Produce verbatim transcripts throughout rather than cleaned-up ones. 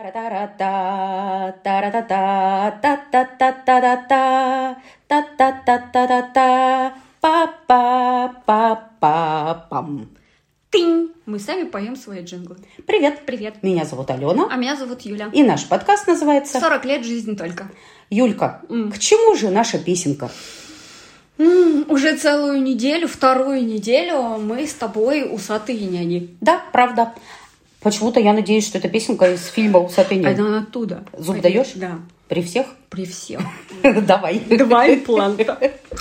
Тара-та-та, тара-та-та, та-та-та-та-та-та, та-та-та-та-та-та, па-па-па-па-пам. Тынь! Мы сами поем свои джинглы. Привет. Привет. Меня зовут Алена. А меня зовут Юля. И наш подкаст называется сорок лет жизни только. Юлька, Mm. к чему же наша песенка? Mm, уже целую неделю, вторую неделю мы с тобой усатые няни. Да, правда. Почему-то я надеюсь, что это песенка из фильма «Усатый нянь». Она оттуда. Зуб Пойдём. даешь? Да. При всех? При всех. Давай. Два импланта.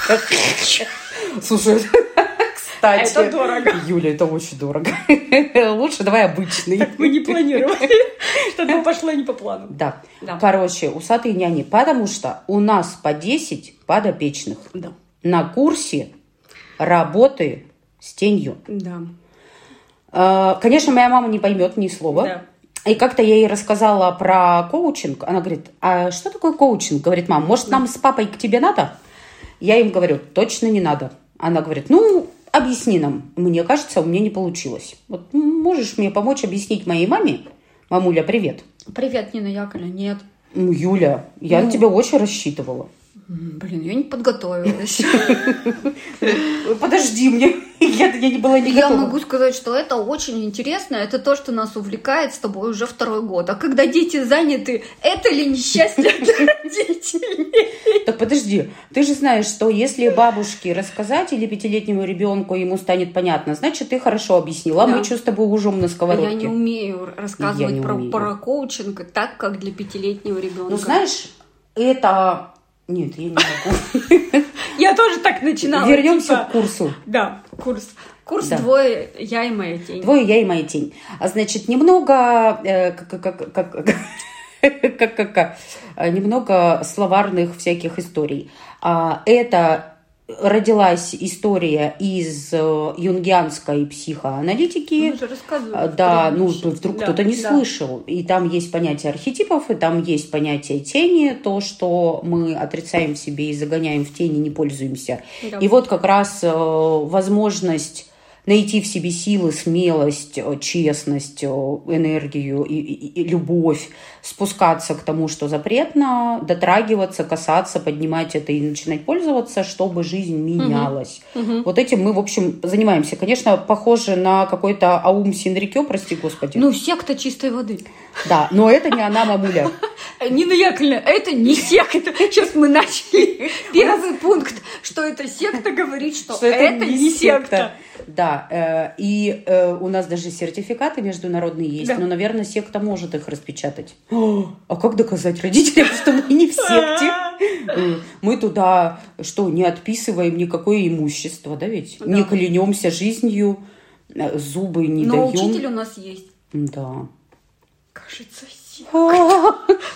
Слушай, кстати. Это дорого. Юля, это очень дорого. Лучше давай обычный. Мы не планировали. Что-то пошло не по плану. Да. Да. Короче, усатые няни, потому что у нас по десять подопечных Да. на курсе работы с тенью. Да. Э, Конечно, моя мама не поймет ни слова. Да. И как-то я ей рассказала про коучинг. Она говорит, а что такое коучинг? Говорит, мам, может, нам с папой к тебе надо? Я им говорю, точно не надо. Она говорит, ну, объясни нам. Мне кажется, у меня не получилось. Вот можешь мне помочь объяснить моей маме? Мамуля, привет. Привет, Нина Яковлевна. Нет. Ну, Юля, я Ну. на тебя очень рассчитывала. М, Блин, я не подготовилась. Подожди мне. Я, я не была не Я готова. могу сказать, что это очень интересно. Это то, что нас увлекает с тобой уже второй год. А когда дети заняты, это ли несчастье для родителей? Так подожди, ты же знаешь, что если бабушке рассказать или пятилетнему ребенку ему станет понятно, значит, ты хорошо объяснила. А Да. мы что с тобой ужом на Я не сковородке? умею рассказывать Я не про, умею. про коучинг так, как для пятилетнего ребенка. Ну, знаешь, это... Нет, я не могу. я тоже так начинала. Вернемся типа, к курсу. Да, курс. Курс Да. двое, я и моя тень. Двое я и моя тень. А значит, немного... э, как, как, как, как, как, как, как, э, немного словарных всяких историй. А, Это родилась история из э, юнгианской психоаналитики. Мы же рассказывали. А, Да, ну предыдущий. вдруг Да, кто-то не да. слышал. И там есть понятие архетипов, и там есть понятие тени, то, что мы отрицаем в себе и загоняем в тени, не пользуемся. Да. И вот как раз э, возможность найти в себе силы, смелость, э, честность, э, энергию и, и- и любовь, спускаться к тому, что запретно, дотрагиваться, касаться, поднимать это и начинать пользоваться, чтобы жизнь менялась. Мгм. Вот этим мы, в общем, занимаемся. Конечно, похоже на какой-то Аум Синрикё, прости господи. Ну, секта чистой воды. Да, но это не она, мамуля. Нина Яковлевна, это не секта. Сейчас мы начали первый пункт, что это секта, говорит, что, Что это, не секта. Да, э, и э, у нас даже сертификаты международные есть, Да. но, наверное, секта может их распечатать. О, а как доказать родителям, что мы не в секте? Э, Мы туда что, не отписываем никакое имущество, да ведь? Да. Не клянемся жизнью, э, зубы не Но даем. учитель у нас есть. Да. Кажется, секта. А,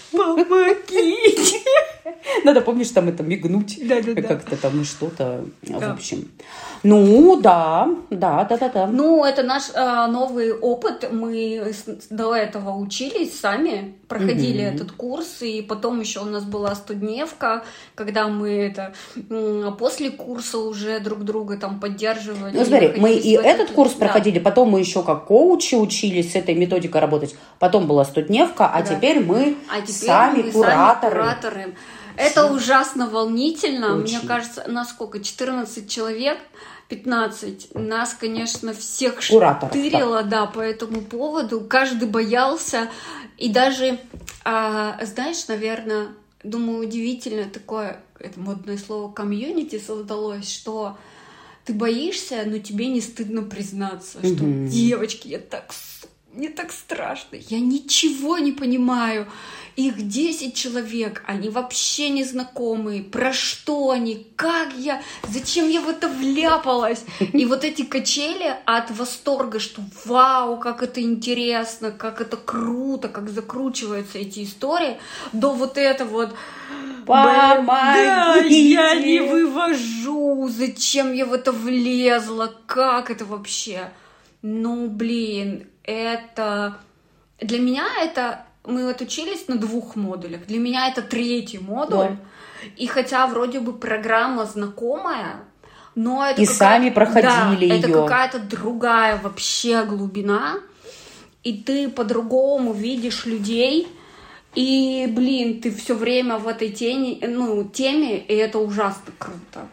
Помогите. Надо, помнишь, там это мигнуть. Да-да-да. Как-то там и что-то. В Да. общем. Ну, да, да, да, да, да. Ну, это наш э, новый опыт. Мы с- до этого учились сами, проходили Мгм. этот курс, и потом еще у нас была студневка, когда мы это м, после курса уже друг друга там поддерживали. Ну, смотри, мы находились и в этот курс да. проходили, потом мы еще как коучи учились с этой методикой работать, потом была студневка, а Да. теперь мы А теперь сами мы кураторы. сами кураторы. Это ужасно волнительно. Очень. Мне кажется, на сколько? четырнадцать человек, пятнадцать. Нас, конечно, всех Кураторов, штырило, да, по этому поводу. Каждый боялся. И даже, а, знаешь, наверное, думаю, удивительно такое, это модное слово, комьюнити создалось, что ты боишься, но тебе не стыдно признаться, что, Мгм. девочки, я так, с- мне так страшно, я ничего не понимаю. Их десять человек, они вообще незнакомые. Про что они? Как я? Зачем я в это вляпалась? И вот эти качели от восторга, что вау, как это интересно, как это круто, как закручиваются эти истории, до вот это вот... Помогите! Да, я не вывожу. Зачем я в это влезла? Как это вообще? Ну, блин, это... Для меня это... Мы вот учились на двух модулях. Для меня это третий модуль. Да. И хотя вроде бы программа знакомая, но это И какая- сами проходили да, это её. какая-то другая вообще глубина. И ты по-другому видишь людей, И, блин, ты все время в этой теме, ну, теме, и это ужасно круто.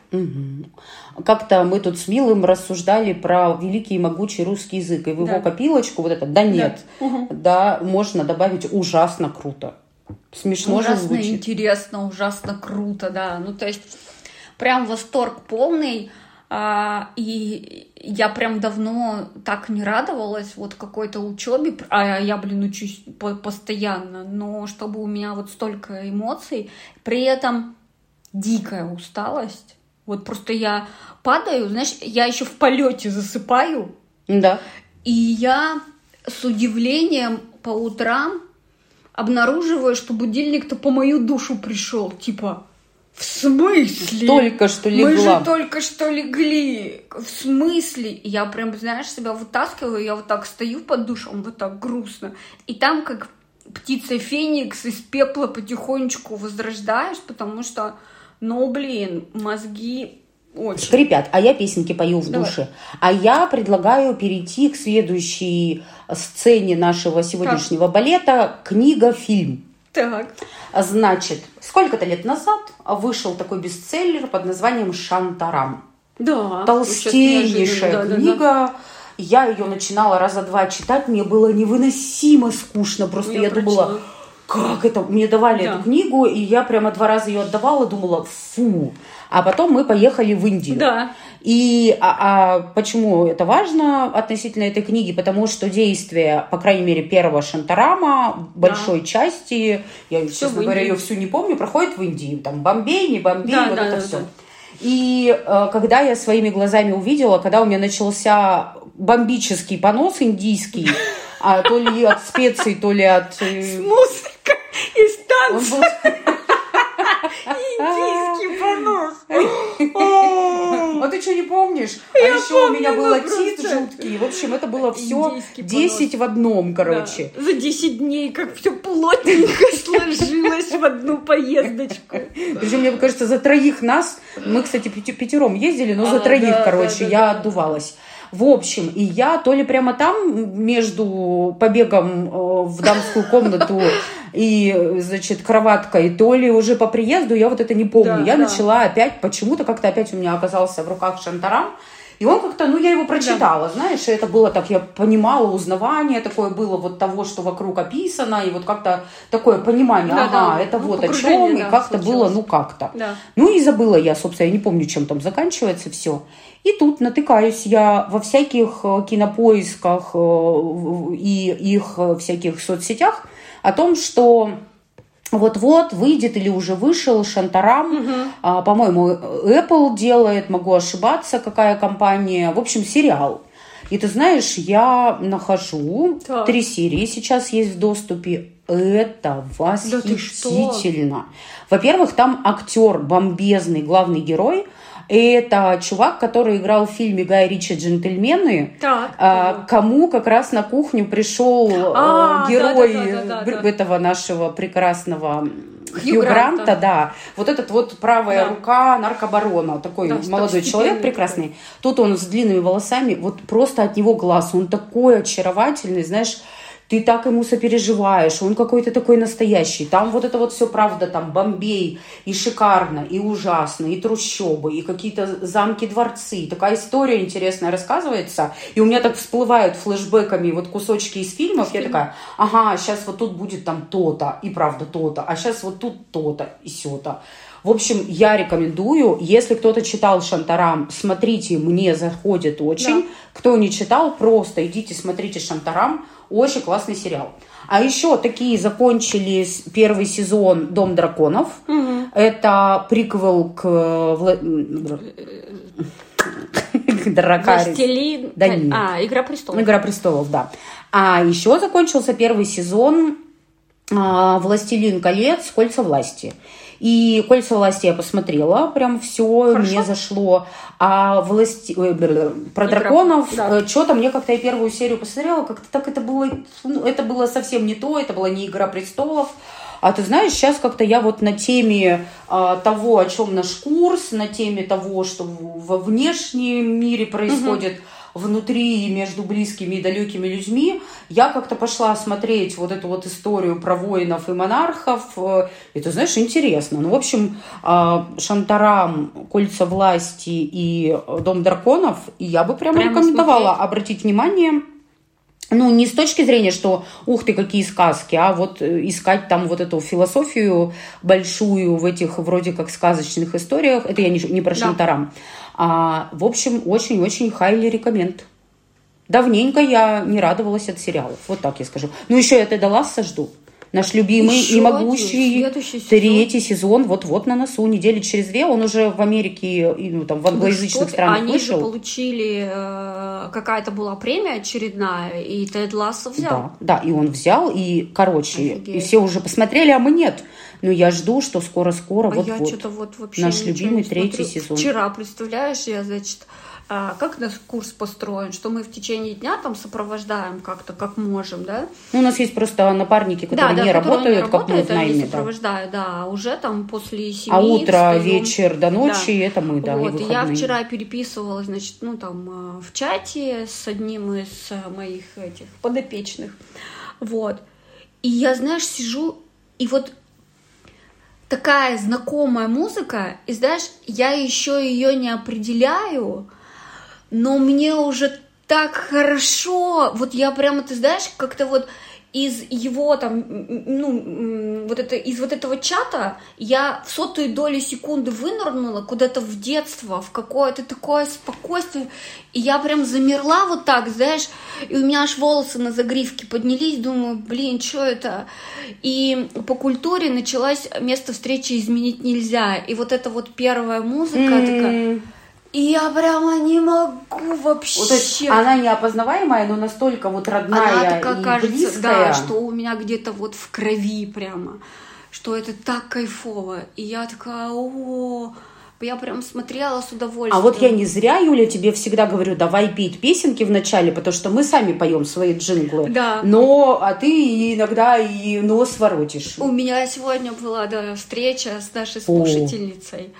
Угу. Как-то мы тут с Милым рассуждали про великий и могучий русский язык, и в Да. его копилочку вот это, да нет, Да. Угу. да, можно добавить ужасно круто. Смешно Ужасно же звучит. интересно, ужасно круто, да. Ну, то есть, прям восторг полный. А, и я прям давно так не радовалась вот какой-то учебе, а я, блин, учусь по- постоянно, но чтобы у меня вот столько эмоций, при этом дикая усталость. Вот просто я падаю, знаешь, я еще в полете засыпаю, Да. и я с удивлением по утрам обнаруживаю, что будильник-то по мою душу пришел, типа... В смысле? Только что легла. Мы же только что легли. В смысле? И я прям, знаешь, себя вытаскиваю, я вот так стою под душем, вот так грустно. И там как птица Феникс из пепла потихонечку возрождаешь, потому что, ну, блин, мозги очень... Скрипят, а я песенки пою в Давай. душе. А я предлагаю перейти к следующей сцене нашего сегодняшнего Так. балета. Книга-фильм. Так. Значит, сколько-то лет назад вышел такой бестселлер под названием «Шантарам». Да. Толстейшая Да, да, да. книга. Я ее начинала раза два читать. Мне было невыносимо скучно. Просто я, Я думала, прочла. как это? Мне давали Да. эту книгу, и я прямо два раза ее отдавала, думала, фу. А потом мы поехали в Индию. Да. И а, а почему это важно относительно этой книги? Потому что действие, по крайней мере, первого Шантарама, большой Да. части, я, Всё честно в говоря, Индии. ее всю не помню, проходит в Индии. Там Бомбей, не Бомбей, Да, вот да, это да, все. да. И э, когда я своими глазами увидела, когда у меня начался бомбический понос индийский, а, то ли от специй, то ли от... э, Музыка из он танца. был... Индийский понос. А ты что, не помнишь? А Я еще у помню, меня был ну, отит просто. жуткий. В общем, это было все Индийский десять в одном, короче. Да. За десять дней как все плотненько сложилось в одну поездочку. Причем, мне кажется, за троих нас, мы, кстати, пяти- пятером ездили, но за А, троих, да, короче, да, да, я да. отдувалась. В общем, и я то ли прямо там между побегом э, в дамскую комнату и, значит, кроваткой, то ли уже по приезду, я вот это не помню. Да, я да. начала опять, почему-то как-то опять у меня оказался в руках Шантарам. И он как-то, ну, я его прочитала, знаешь, и это было так, я понимала, узнавание такое было вот того, что вокруг описано, и вот как-то такое понимание, Да, ага, да. это Ну, вот о погружение, чем, и да, как-то случилось. было, ну, как-то. Да. Ну, и забыла я, собственно, я не помню, чем там заканчивается все. И тут натыкаюсь я во всяких э, кинопоисках э, в- и их э, всяких соцсетях о том, что вот-вот выйдет или уже вышел Шантарам. Угу. А, по-моему, Apple делает, могу ошибаться, какая компания. В общем, сериал. И ты знаешь, я нахожу Так. три серии, сейчас есть в доступе. Это восхитительно. Во-первых, там актер бомбезный, главный герой. Это чувак, который играл в фильме Гая Ричи «Джентльмены», Так. а, кому как раз на кухню пришел А, э, герой да-да-да-да-да. бр- этого нашего прекрасного Хью Хью Гранта. Гранта, да. Вот этот вот правая Да. рука наркобарона, такой Да, молодой второстепенный человек прекрасный. Тут он с длинными волосами, вот просто от него глаз, он такой очаровательный, знаешь, ты так ему сопереживаешь, он какой-то такой настоящий. Там вот это вот все правда, там Бомбей, и шикарно, и ужасно, и трущобы, и какие-то замки, дворцы. Такая история интересная рассказывается, и у меня так всплывают флешбэками вот кусочки из фильмов. Я такая, ага, сейчас вот тут будет там то-то, и правда то-то, а сейчас вот тут то-то, и сё-то. В общем, я рекомендую, если кто-то читал Шантарам, смотрите, мне заходит очень. Да. Кто не читал, просто идите, смотрите Шантарам. Очень классный сериал. А еще такие закончили с- первый сезон «Дом драконов». Угу. Это приквел к... Вла- к Дракари. Властелин. Да нет. А, Игра престолов. «Игра престолов», да. А еще закончился первый сезон а, «Властелин колец. Кольца власти». И «Кольца власти» я посмотрела, прям все, Хорошо. мне зашло. А власти... ой, бля, про Игра, драконов, да. что-то мне как-то я первую серию посмотрела, как-то так это было, ну, это было совсем не то, это была не «Игра престолов». А ты знаешь, сейчас как-то я вот на теме а, того, о чем наш курс, на теме того, что в- во внешнем мире происходит, внутри, между близкими и далекими людьми. Я как-то пошла смотреть вот эту вот историю про воинов и монархов. Это, знаешь, интересно. Ну, в общем, Шантарам, Кольца власти и Дом драконов, и я бы прямо, прямо рекомендовала смотреть. Обратить внимание. Ну, не с точки зрения, что ух ты, какие сказки, а вот искать там вот эту философию большую в этих вроде как сказочных историях. Это я не, не про Шантарам. Да. А, в общем, очень-очень highly recommend. Давненько я не радовалась от сериалов. Вот так я скажу. Ну, еще я Теда Ласса жду. Наш любимый Еще и могущий сезон. третий сезон вот-вот на носу, недели через две. Он уже в Америке, ну, там, в англоязычных да странах они вышел. Они же получили, э, какая-то была премия очередная, и Тед Лассо взял. Да, да, и он взял, и, короче, Офигеть. И все уже посмотрели, а мы нет. Но я жду, что скоро-скоро, а вот-вот. я что-то вот вообще наш любимый третий смотрю. сезон. Вчера, представляешь, я, значит... Как наш курс построен, что мы в течение дня там сопровождаем как-то, как можем, да? Ну, у нас есть просто напарники, которые да, не да, работают, не как мы в найме. Я сопровождаю, да. да, уже там после семи А утро, встаем. вечер до ночи, да. Это мы, да, вот, и я вчера переписывалась, значит, ну, там, в чате с одним из моих этих подопечных, вот. И я, знаешь, сижу, и вот такая знакомая музыка, и, знаешь, я еще ее не определяю, но мне уже так хорошо, вот я прямо, ты знаешь, как-то вот из его там, ну, вот это, из вот этого чата я в сотую долю секунды вынырнула куда-то в детство, в какое-то такое спокойствие, и я прям замерла вот так, знаешь, и у меня аж волосы на загривке поднялись, думаю, блин, что это? И по культуре началась «Место встречи изменить нельзя», и вот эта вот первая музыка mm-hmm. такая... И я прямо не могу вообще. Вот, то есть она неопознаваемая, но настолько вот родная она такая, и кажется, близкая. Да, что у меня где-то вот в крови прямо, что это так кайфово. И я такая, о, я прям смотрела с удовольствием. А вот я не зря, Юля, тебе всегда говорю, давай петь песенки в начале, потому что мы сами поем свои джинглы. Да. Но, а ты иногда и нос воротишь. У меня сегодня была, да, встреча с нашей слушательницей.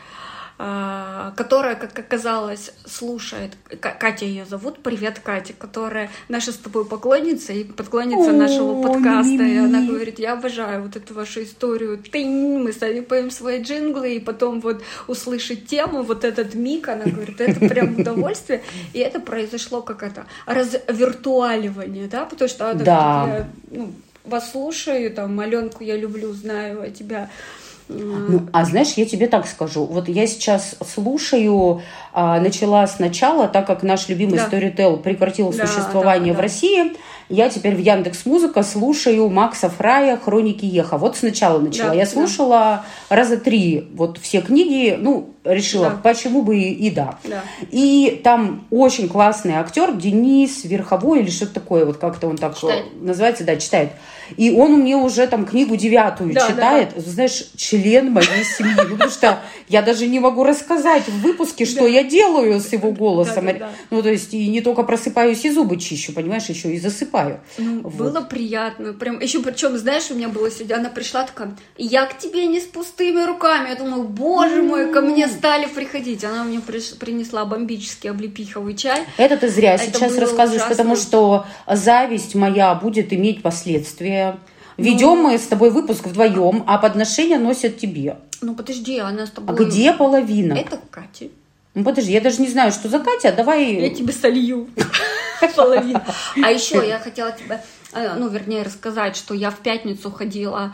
Которая, как оказалось, слушает, Катя ее зовут, привет, Катя, которая наша с тобой поклонница и поклонница О, нашего подкаста, ми-ми. И она говорит, я обожаю вот эту вашу историю, Тынь, мы сами поем свои джинглы, и потом вот услышать тему, вот этот миг, она говорит, это прям удовольствие, и это произошло как это, развиртуаливание, да, потому что она да. говорит, я ну, вас слушаю, там, Аленку я люблю, знаю о тебя. Ну, а знаешь, я тебе так скажу. Вот я сейчас слушаю, а, начала сначала, так как наш любимый да. Storytel прекратил да, существование да, в да. России, я теперь в Яндекс.Музыка слушаю Макса Фрая «Хроники Еха». Вот сначала начала. Да, я слушала да. раза три вот все книги, ну, решила, да. почему бы и, и да. да. И там очень классный актер Денис Верховой или что-то такое, вот как-то он так читает. называется, да, читает. И он мне уже там книгу девятую да, читает, да, да. знаешь, член моей семьи. Ну, потому что я даже не могу рассказать в выпуске, что да. я делаю с его голосом. Да, да, да. Ну, то есть, и не только просыпаюсь и зубы чищу, понимаешь, еще и засыпаю. Ну, вот. Было приятно. Прям, еще причем, знаешь, у меня было сегодня, она пришла такая, я к тебе не с пустыми руками. Я думаю, боже мой, ко мне стали приходить. Она мне принесла бомбический облепиховый чай. Это ты зря Это сейчас рассказываешь, ужасно. Потому что зависть моя будет иметь последствия. Ведем ну, мы с тобой выпуск вдвоем, а подношения носят тебе. Ну подожди, она с тобой... А где половина? Это Катя. Ну подожди, я даже не знаю, что за Катя, давай... Я тебе солью половину. А еще я хотела тебе, ну вернее рассказать, что я в пятницу ходила,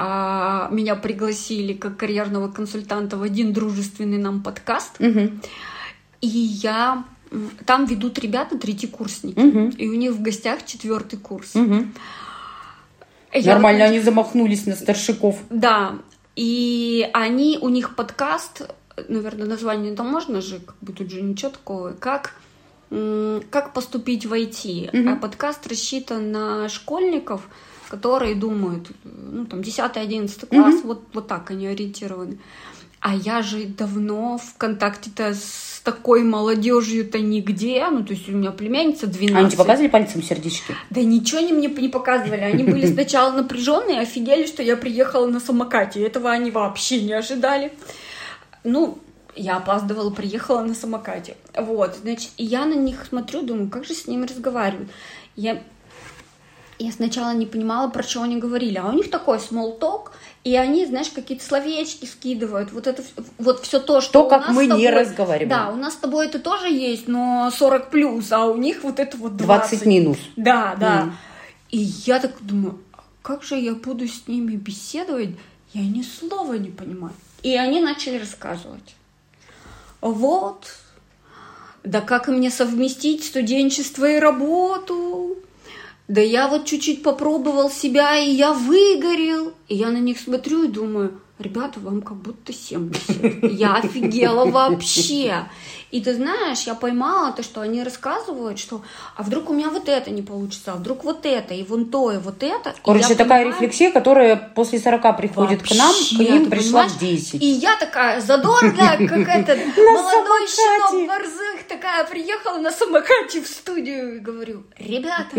меня пригласили как карьерного консультанта в один дружественный нам подкаст. И я... Там ведут ребята третьекурсники, и у них в гостях четвертый курс. Я Нормально, вот, они замахнулись на старшиков. Да, и они, у них подкаст, наверное, название там можно же, как бы тут же ничего такого, как, как поступить в ай ти. Mm-hmm. А подкаст рассчитан на школьников, которые думают, ну там десятый-одиннадцатый класс, mm-hmm. вот, вот так они ориентированы. А я же давно в контакте-то с такой молодежью-то нигде. Ну, то есть у меня племянница двенадцать. Они тебе показывали пальцем сердечки? Да ничего они мне не показывали. Они были сначала напряженные, офигели, что я приехала на самокате. Этого они вообще не ожидали. Ну, Я опаздывала, приехала на самокате. Вот, значит, и я на них смотрю, думаю, как же с ними разговаривать? Я, я сначала не понимала, про что они говорили, а у них такой small talk, и они, знаешь, какие-то словечки скидывают, вот это вот все то, что то, у как нас мы с тобой, не разговариваем. Да, у нас с тобой это тоже есть, но сорок плюс, а у них вот это вот двадцать. двадцать минус. Да, да. Mm. И я так думаю, как же я буду с ними беседовать? Я ни слова не понимаю. И они начали рассказывать. Вот, да как мне совместить студенчество и работу? Да я вот чуть-чуть попробовал себя, и я выгорел. И я на них смотрю и думаю, ребята, вам как будто семьдесят. Я офигела вообще. И ты знаешь, я поймала то, что они рассказывают, что а вдруг у меня вот это не получится, а вдруг вот это, и вон то, и вот это. Короче, такая понимаю, рефлексия, которая после сорока приходит вообще, к нам, к ним пришла в десять. И я такая задорная, как этот молодой щенок борзых, такая приехала на самокате в студию и говорю, ребята,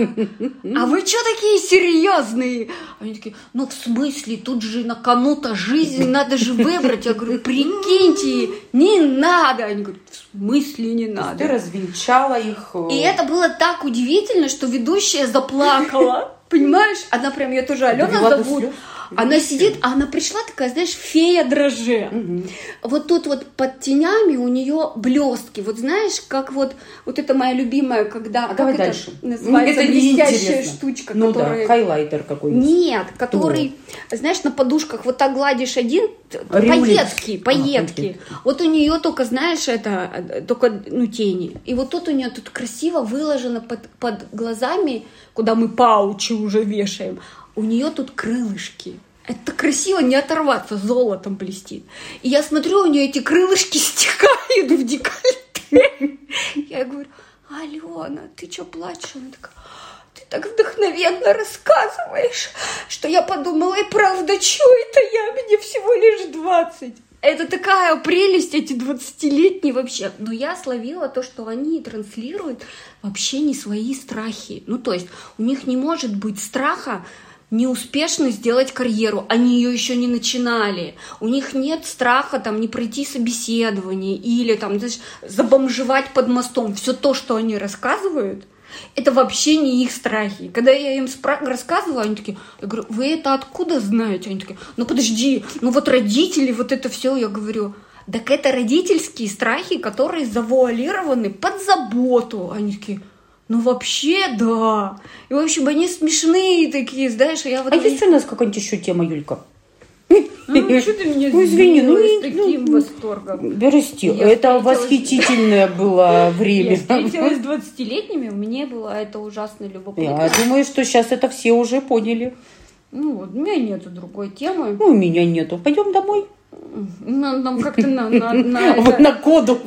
а вы что такие серьезные? Они такие, ну в смысле, тут же на кону-то жизнь, надо же выбрать. Я говорю, прикиньте, не надо. Они говорят, в смысле не надо? Ты развенчала их. И это было так удивительно, что ведущая заплакала. Понимаешь? Она прям, ее тоже Алена зовут. Она сидит, а она пришла такая, знаешь, фея дрожжи. Угу. Вот тут вот под тенями у нее блестки. Вот знаешь, как вот, вот это моя любимая, когда... А как давай это дальше. Называется это блестящая штучка, ну которая... да, хайлайтер какой-нибудь. Нет, который, О. знаешь, на подушках вот так гладишь один, поедкий, поедкий. А, вот у нее только, знаешь, это, только, ну, тени. И вот тут у нее тут красиво выложено под, под глазами, куда мы паучи уже вешаем. У нее тут крылышки. Это красиво, не оторваться, золотом блестит. И я смотрю, у нее эти крылышки стекают в декольте. Я говорю, Алена, ты что плачешь? Она такая, ты так вдохновенно рассказываешь, что я подумала, и правда, что это я? Мне всего лишь двадцать. Это такая прелесть, эти двадцатилетние вообще. Но я словила то, что они транслируют вообще не свои страхи. Ну, то есть у них не может быть страха неуспешно сделать карьеру, они ее еще не начинали. У них нет страха там не пройти собеседование или там, знаешь, забомжевать под мостом. Все то, что они рассказывают, это вообще не их страхи. Когда я им спра- рассказывала, они такие, я говорю, вы это откуда знаете? Они такие, ну подожди, ну вот родители, вот это все. Я говорю, так это родительские страхи, которые завуалированы под заботу. Они такие, ну вообще да. И в общем, они смешные такие, знаешь, я вот... А есть у нас какая-нибудь еще тема, Юлька? Ну, что ты меня ну, извини, ну, с таким ну, восторгом? Берести. Это восхитительное было время. Я встретилась с двадцатилетними, мне было это ужасно любопытно. Я думаю, что сейчас это все уже поняли. Ну, вот, у меня нету другой темы. Ну, у меня нету. Пойдем домой. Нам, нам как-то на... на, на вот это... на коду.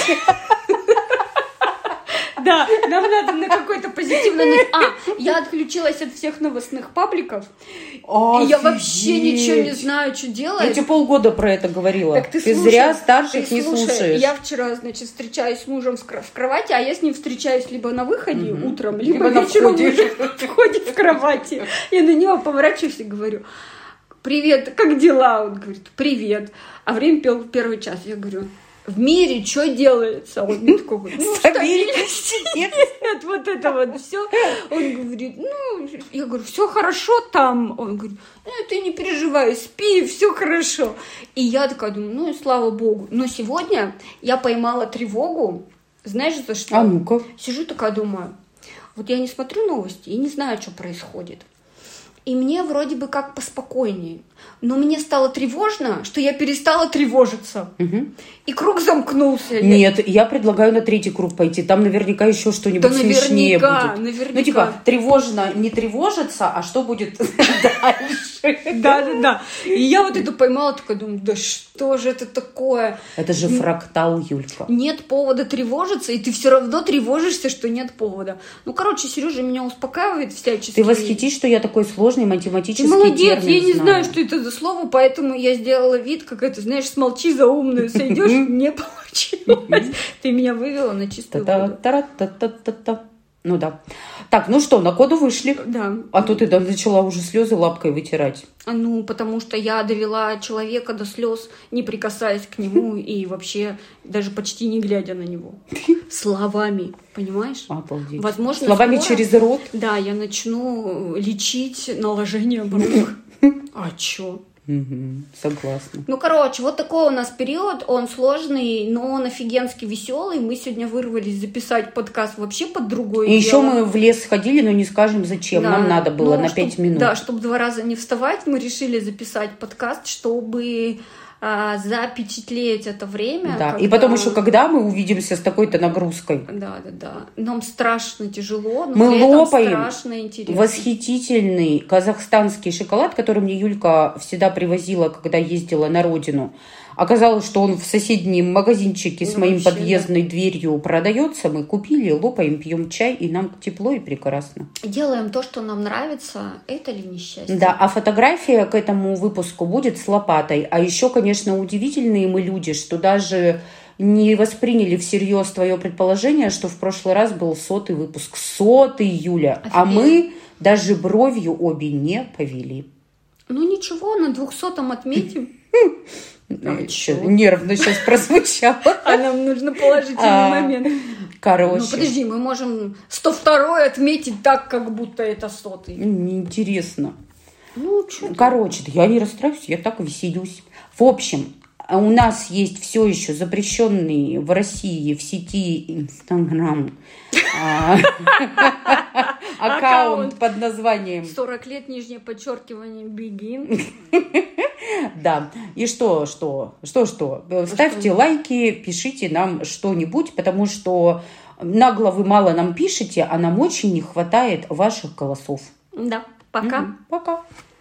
Да, нам надо на какой-то позитивный... А, я отключилась от всех новостных пабликов. Офигеть. И я вообще ничего не знаю, что делать. Я тебе полгода про это говорила. Так ты, ты слушай, зря старших ты не слушай, слушаешь. Я вчера, значит, встречаюсь с мужем в кровати, а я с ним встречаюсь либо на выходе угу. утром, либо, либо вечером в входе в кровати. Я на него поворачиваюсь и говорю, привет, как дела? Он говорит, привет. А время пел первый час. Я говорю, в мире что делается? Он мне такой говорит, ну, стабильности нет, вот это вот все. Он говорит, ну, я говорю, все хорошо там. Он говорит, ну, ты не переживай, спи, все хорошо. И я такая думаю, ну, и слава богу. Но сегодня я поймала тревогу, знаешь, за что? А ну-ка. Сижу такая, думаю, вот я не смотрю новости и не знаю, что происходит. И мне вроде бы как поспокойнее. Но мне стало тревожно, что я перестала тревожиться. Угу. И круг замкнулся. Нет, я предлагаю на третий круг пойти. Там наверняка еще что-нибудь да смешнее наверняка, будет. Наверняка. Ну, типа, тревожно не тревожиться, а что будет дальше? Да, да, да. И я вот это поймала, такая думаю, да что же это такое? Это же фрактал, Юлька. Нет повода тревожиться, и ты все равно тревожишься, что нет повода. Ну, короче, Сережа меня успокаивает всячески. Ты восхитишь, что я такой сложный математический термин знаю. Молодец, я не знаю. знаю, что это за слово, поэтому я сделала вид, как это, знаешь, смолчи за умную, сойдешь, не получилось. Ты меня вывела на чистую воду. Ну да. Так, ну что, на коду вышли. Да. А то ты там начала уже слезы лапкой вытирать. Ну, потому что я довела человека до слез, не прикасаясь к нему и вообще даже почти не глядя на него. Словами, понимаешь? Обалдеть. Возможно, словами скоро, через рот? Да, я начну лечить наложение бровок. А чё? Угу, согласна. Ну, короче, вот такой у нас период, он сложный, но он офигенски веселый. Мы сегодня вырвались записать подкаст вообще под другое И дело. еще мы в лес сходили, но не скажем зачем. Да. Нам надо было ну, на чтоб, пять минут. Да, чтобы два раза не вставать, мы решили записать подкаст, чтобы а, запечатлеть это время. Да, когда... и потом еще, когда мы увидимся с такой-то нагрузкой. Да, да, да. Нам страшно тяжело, но мы при этом лопаем страшно интересно. восхитительный казахстанский шоколад, который мне Юлька всегда привозила, когда ездила на родину. Оказалось, что он в соседнем магазинчике с Ну, моим вообще, подъездной да. дверью продается. Мы купили, лопаем, пьем чай, и нам тепло и прекрасно. Делаем то, что нам нравится. Это ли несчастье? Да, а фотография к этому выпуску будет с лопатой. А еще, конечно, удивительные мы люди, что даже не восприняли всерьез твое предположение, что в прошлый раз был сотый выпуск. Сотый, Юля. Офигеть. А мы даже бровью обе не повели. Ну ничего, на двухсотом отметим. А, нервно сейчас прозвучало. А нам нужно положительный момент. Короче. Ну подожди, мы можем сто второй отметить так, как будто это сотый. Неинтересно. Ну, что Короче, я не расстраиваюсь, я так веселюсь. В общем, у нас есть все еще запрещенный в России в сети Инстаграм аккаунт под названием сорок лет, нижнее подчеркивание, Begin. Да. И что, что, что, что? Ставьте лайки, пишите нам что-нибудь, потому что нагло вы мало нам пишете, а нам очень не хватает ваших голосов. Да. Пока. Пока.